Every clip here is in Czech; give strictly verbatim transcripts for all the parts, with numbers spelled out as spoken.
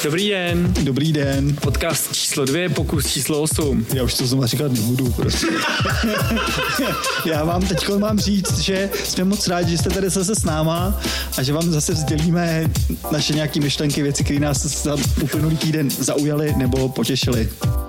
Dobrý den. Dobrý den. Podcast číslo dvě, pokus číslo osm. Já už to znovu říkat nebudu. Prostě. Já vám teď mám říct, že jsme moc rádi, že jste tady zase s náma a že vám zase sdělíme naše nějaké myšlenky, věci, které nás za uplynulý týden zaujaly nebo potěšily.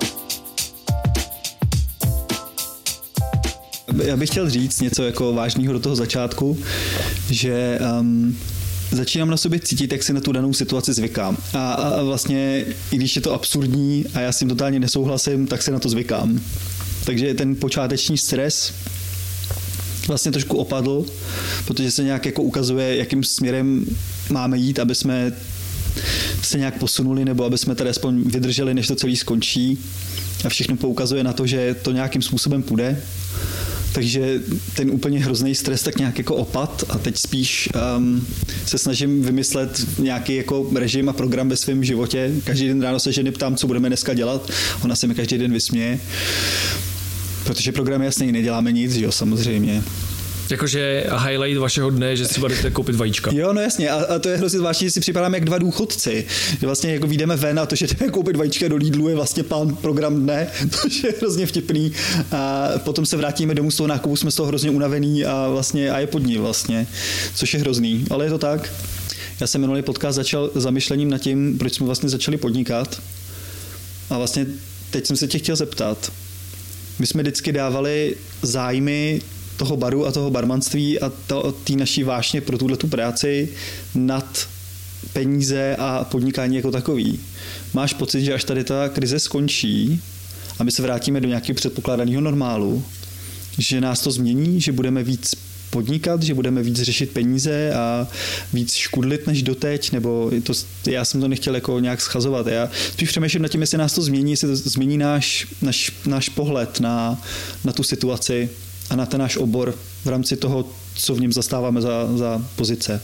Já bych chtěl říct něco jako vážného do toho začátku, že um, začínám na sobě cítit, jak si na tu danou situaci zvykám. A, a vlastně, i když je to absurdní a já s tím totálně nesouhlasím, tak se na to zvykám. Takže ten počáteční stres vlastně trošku opadl, protože se nějak jako ukazuje, jakým směrem máme jít, aby jsme se nějak posunuli, nebo aby jsme tady aspoň vydrželi, než to celý skončí. A všechno poukazuje na to, že to nějakým způsobem půjde. Takže ten úplně hrozný stres tak nějak jako opad a teď spíš um, se snažím vymyslet nějaký jako režim a program ve svém životě. Každý den ráno se ženy ptám, co budeme dneska dělat. Ona se mi každý den vysměje. Protože program je jasný, neděláme nic, jo, samozřejmě. Jakože highlight vašeho dne, že si třeba jdete koupit vajíčka. Jo, no jasně, a, a to je hrozně zvláštní, že si připadáme jak dva důchodci. Že vlastně jako vyjdeme ven a to, že jdeme koupit vajíčka do Lidlu, je vlastně plán program dne, to je hrozně vtipný. A potom se vrátíme domů z toho nákupu, jsme z toho hrozně unavený a vlastně a je pod ní vlastně, což je hrozný, ale je to tak. Já jsem minulý podcast začal zamyšlením nad tím, proč jsme vlastně začali podnikat. A vlastně teď jsem se tě chtěl zeptat. My jsme vždycky dávali zájmy toho baru a toho barmanství a té naší vášně pro tuhletu práci nad peníze a podnikání jako takový. Máš pocit, že až tady ta krize skončí a my se vrátíme do nějakého předpokládaného normálu, že nás to změní, že budeme víc podnikat, že budeme víc řešit peníze a víc škudlit než doteď, nebo to, já jsem to nechtěl jako nějak schazovat. Já spíš přemýšlím nad tím, jestli nás to změní, jestli to změní náš, náš, náš pohled na, na tu situaci a na ten náš obor v rámci toho, co v něm zastáváme za, za pozice.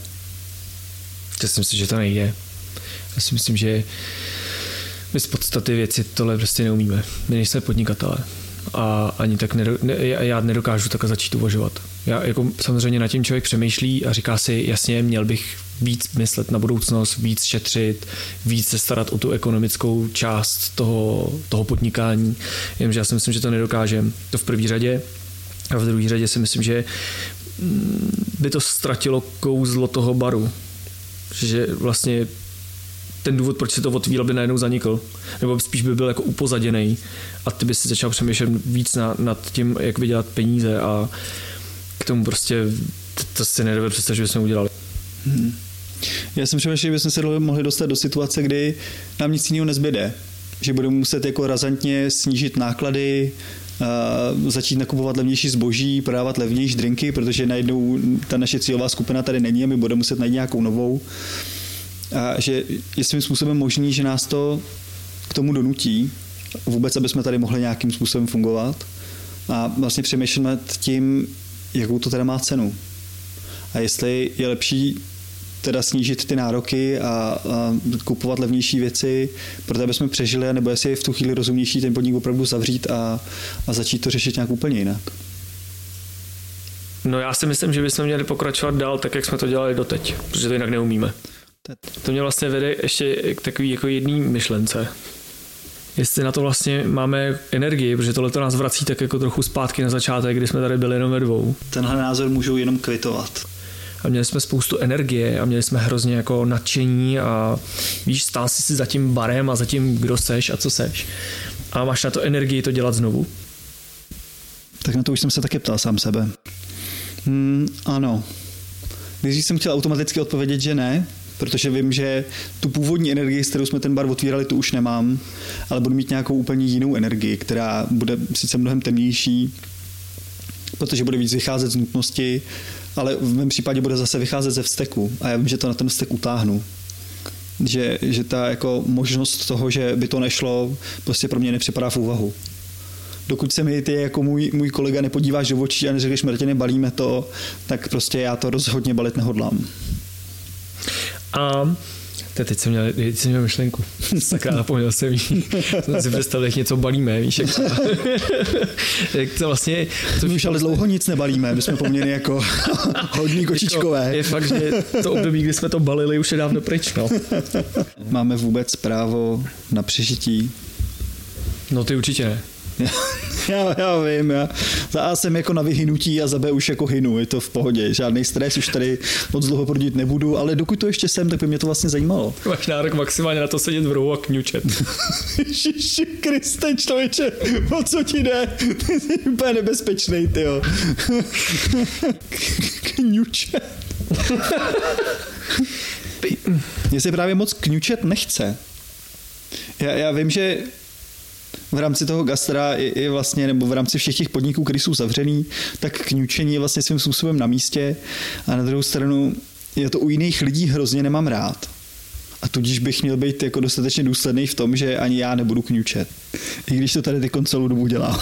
Já si myslím, že to nejde. Já si myslím, že my z podstaty věci tohle prostě neumíme. My nejsme podnikatelé. A ani tak nedo, ne, já nedokážu takhle začít uvažovat. Já jako samozřejmě nad tím člověk přemýšlí a říká si, jasně, měl bych víc myslet na budoucnost, víc šetřit, víc se starat o tu ekonomickou část toho, toho podnikání. Jenže já si myslím, že to nedokážem. To v první řadě. A v druhé řadě si myslím, že by to ztratilo kouzlo toho baru. Že vlastně ten důvod, proč se to otvíral, by najednou zanikl. Nebo spíš by byl jako upozaděnej a ty by si začal přemýšlet víc na, nad tím, jak vydělat peníze a k tomu prostě to, to si nedovedu představit, že bychom udělali. Hmm. Já jsem přemýšlel, že bychom se mohli dostat do situace, kdy nám nic jiného nezbyde. Že budeme muset jako razantně snížit náklady, Uh, začít nakupovat levnější zboží, prodávat levnější drinky, protože najednou ta naše cílová skupina tady není a my budeme muset najít nějakou novou. A že je svým způsobem možný, že nás to k tomu donutí, vůbec, aby jsme tady mohli nějakým způsobem fungovat. A vlastně přemýšlím nad tím, jakou to teda má cenu. A jestli je lepší teda snížit ty nároky a, a kupovat levnější věci, proto aby jsme přežili, nebo jestli je v tu chvíli rozumnější ten podnik opravdu zavřít a, a začít to řešit nějak úplně jinak. No já si myslím, že bychom měli pokračovat dál tak, jak jsme to dělali doteď, protože to jinak neumíme. To mě vlastně vede ještě k takový jako jedný myšlence. Jestli na to vlastně máme energii, protože tohle to nás vrací tak jako trochu zpátky na začátek, kdy jsme tady byli jenom ve dvou. Tenhle názor můžou jenom kvitovat. A měli jsme spoustu energie a měli jsme hrozně jako nadšení a víš, stál jsi si za tím barem a za tím, kdo seš a co seš. A máš na to energii to dělat znovu? Tak na to už jsem se taky ptal sám sebe. Hmm, ano. Když jsem chtěl automaticky odpovědět, že ne, protože vím, že tu původní energii, s kterou jsme ten bar otvírali, tu už nemám, ale budu mít nějakou úplně jinou energii, která bude sice mnohem temnější, protože bude víc vycházet z nutnosti, ale v mém případě bude zase vycházet ze vzteku a já vím, že to na ten vztek utáhnu. Že, že ta jako možnost toho, že by to nešlo, prostě pro mě nepřipadá v úvahu. Dokud se mi ty jako můj, můj kolega nepodíváš do očí a neřekneš, Martine, balíme to, tak prostě já to rozhodně balit nehodlám. A Teď jsem měl, teď jsem měl myšlenku. Sakra, napomněl jsem jí. Jsem si představil, jak něco balíme, víš, jak, jak to vlastně... To my už ale dlouho nic nebalíme, my jsme poměrně jako hodný kočičkové. Je fakt, že to období, kdy jsme to balili, už je dávno pryč, no. Máme vůbec právo na přežití? No ty určitě ne. Já, já vím, já. Za A jsem jako na vyhynutí a za B už jako hynu, je to v pohodě. Žádný stres už tady moc dlouho prodit nebudu, ale dokud to ještě jsem, tak by mě to vlastně zajímalo. Máš nárok maximálně na to sedět v rohu a kňučet. Ježiši Kriste, člověče, o co ti jde? Ty jsi úplně nebezpečnej, tyjo. Kňučet. Mně se právě moc kňučet nechce. Já, já vím, že v rámci toho gastra je, je vlastně, nebo v rámci všech těch podniků, které jsou zavřený, tak kňučení je vlastně svým způsobem na místě a na druhou stranu já to u jiných lidí hrozně nemám rád. A tudíž bych měl být jako dostatečně důsledný v tom, že ani já nebudu kňučet. I když to tady ty celou dobu dělám.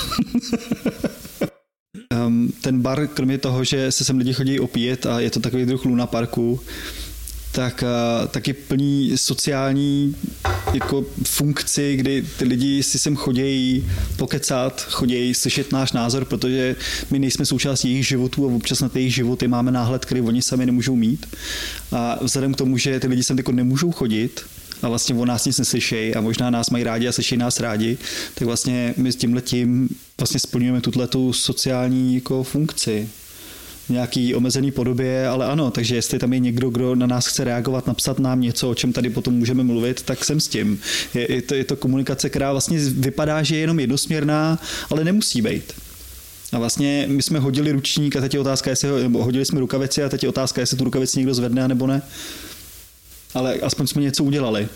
um, ten bar, kromě toho, že se sem lidi chodí opíjet a je to takový druh Luna Parku, tak taky plní sociální jako funkci, kdy ty lidi si sem chodějí pokecat, chodějí slyšet náš názor, protože my nejsme součástí jejich životů a občas na ty jejich životy máme náhled, který oni sami nemůžou mít. A vzhledem k tomu, že ty lidi sem jako nemůžou chodit a vlastně o nás nic neslyšejí a možná nás mají rádi a slyší nás rádi, tak vlastně my s tímhletím vlastně splňujeme tuto sociální jako funkci. Nějaký omezený podobě, ale ano, takže jestli tam je někdo, kdo na nás chce reagovat, napsat nám něco, o čem tady potom můžeme mluvit, tak jsem s tím. Je, je, to, je to komunikace, která vlastně vypadá, že je jenom jednosměrná, ale nemusí být. A vlastně my jsme hodili ručník a teď je otázka, jestli nebo hodili jsme rukavici a teď je otázka, jestli tu rukavici někdo zvedne, nebo ne. Ale aspoň jsme něco udělali.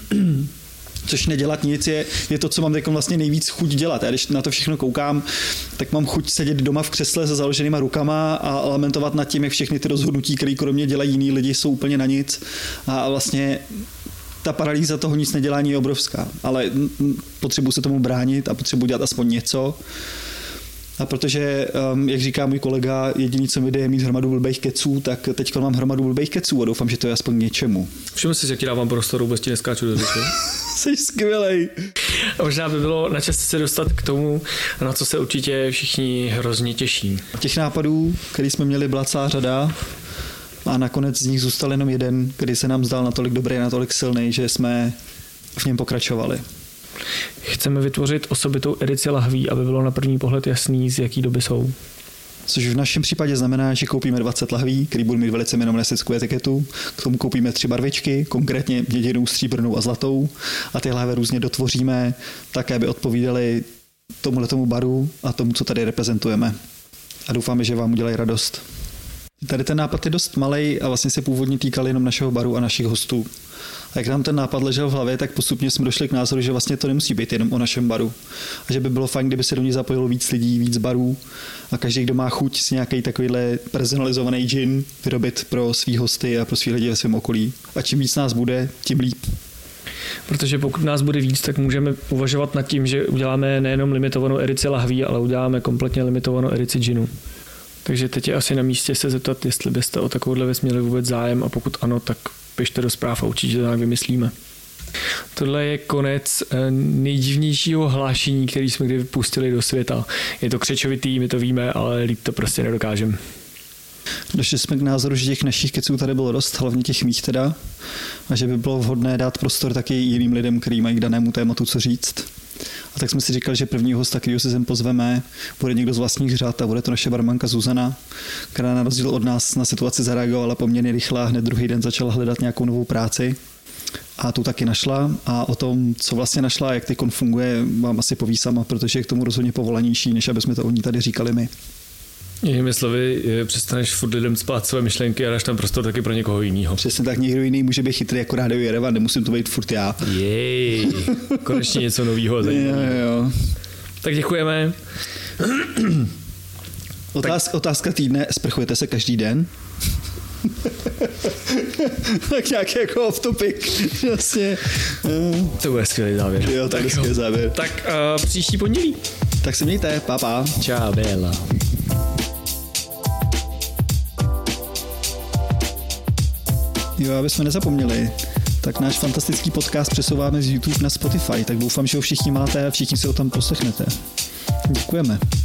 Což nedělat nic je, je to, co mám teď vlastně nejvíc chuť dělat. Já když na to všechno koukám, tak mám chuť sedět doma v křesle se založenýma rukama a lamentovat nad tím, jak všechny ty rozhodnutí, které kromě dělají jiní lidi, jsou úplně na nic. A vlastně ta paralýza toho nic nedělání je obrovská. Ale potřebuji se tomu bránit a potřebuji dělat aspoň něco. A protože, um, jak říká můj kolega, jediný, co mi jde, je mít hromadu blbejch keců, tak teď mám hromadu blbejch keců a doufám, že to je aspoň něčemu. Všiml jsi, jak ti dávám prostor, vůbec ti neskáču do řeči. Jsi skvělej. A možná by bylo na čas se dostat k tomu, na co se určitě všichni hrozně těší. Těch nápadů, který jsme měli, byla celá řada a nakonec z nich zůstal jenom jeden, který se nám zdal natolik dobrý, natolik silný, že jsme v něm pokračovali. Chceme vytvořit osobitou edici lahví, aby bylo na první pohled jasný, z jaký doby jsou. Což v našem případě znamená, že koupíme dvacet lahví, který budou mít velice minimalistickou etiketu. K tomu koupíme tři barvičky, konkrétně měděnou, stříbrnou a zlatou. A ty lahve různě dotvoříme tak, aby odpovídaly tomuhletomu baru a tomu, co tady reprezentujeme. A doufáme, že vám udělají radost. Tady ten nápad je dost malej a vlastně se původně týkal jenom našeho baru a našich hostů. A jak nám ten nápad ležel v hlavě, tak postupně jsme došli k názoru, že vlastně to nemusí být jenom o našem baru. A že by bylo fajn, kdyby se do něj zapojilo víc lidí, víc barů a každý, kdo má chuť si nějaký takovýhle personalizovaný gin vyrobit pro svý hosty a pro svý lidi ve svém okolí. A čím víc nás bude, tím líp. Protože pokud nás bude víc, tak můžeme uvažovat nad tím, že uděláme nejenom limitovanou edici lahví, ale uděláme kompletně limitovanou edici ginu. Takže teď je asi na místě se zeptat, jestli byste o takovouhle věc měli vůbec zájem a pokud ano, tak pište do zpráv a určitě to nějak vymyslíme. Tohle je konec nejdivnějšího hlášení, který jsme kdy vypustili do světa. Je to křečovitý, my to víme, ale líp to prostě nedokážeme. Došli jsme k názoru, že těch našich keců tady bylo dost, hlavně těch mých teda, a že by bylo vhodné dát prostor taky jiným lidem, kteří mají k danému tématu co říct. A tak jsme si říkali, že první hosta, kterýho si sem pozveme, bude někdo z vlastních řad a bude to naše barmanka Zuzana, která na rozdíl od nás na situaci zareagovala poměrně rychle a hned druhý den začala hledat nějakou novou práci. A tu taky našla a o tom, co vlastně našla a jak teď funguje, vám asi poví sama, protože je k tomu rozhodně povolanější, než aby jsme to o ní tady říkali my. Jinými slovy, přestaneš furt lidem spát své myšlenky a dáš tam prostor taky pro někoho jiného. Přesně tak, někdo jiný může být chytrý jako Rádio Jerevan, nemusím to být furt já. Jej, konečně něco novýho. Jo, jo. Tak děkujeme. Otázka, tak... otázka týdne, sprchujete se každý den? Tak nějaký jako off topic. Jasně. To bude skvělý závěr. Jo, to bude skvělý závěr. Tak uh, příští pondělí. Tak se mějte, pa, pa. Čau, Bela. Jo, aby jsme nezapomněli. tak náš fantastický podcast přesouváme z YouTube na Spotify, tak doufám, že ho všichni máte a všichni si ho tam poslechnete. Děkujeme.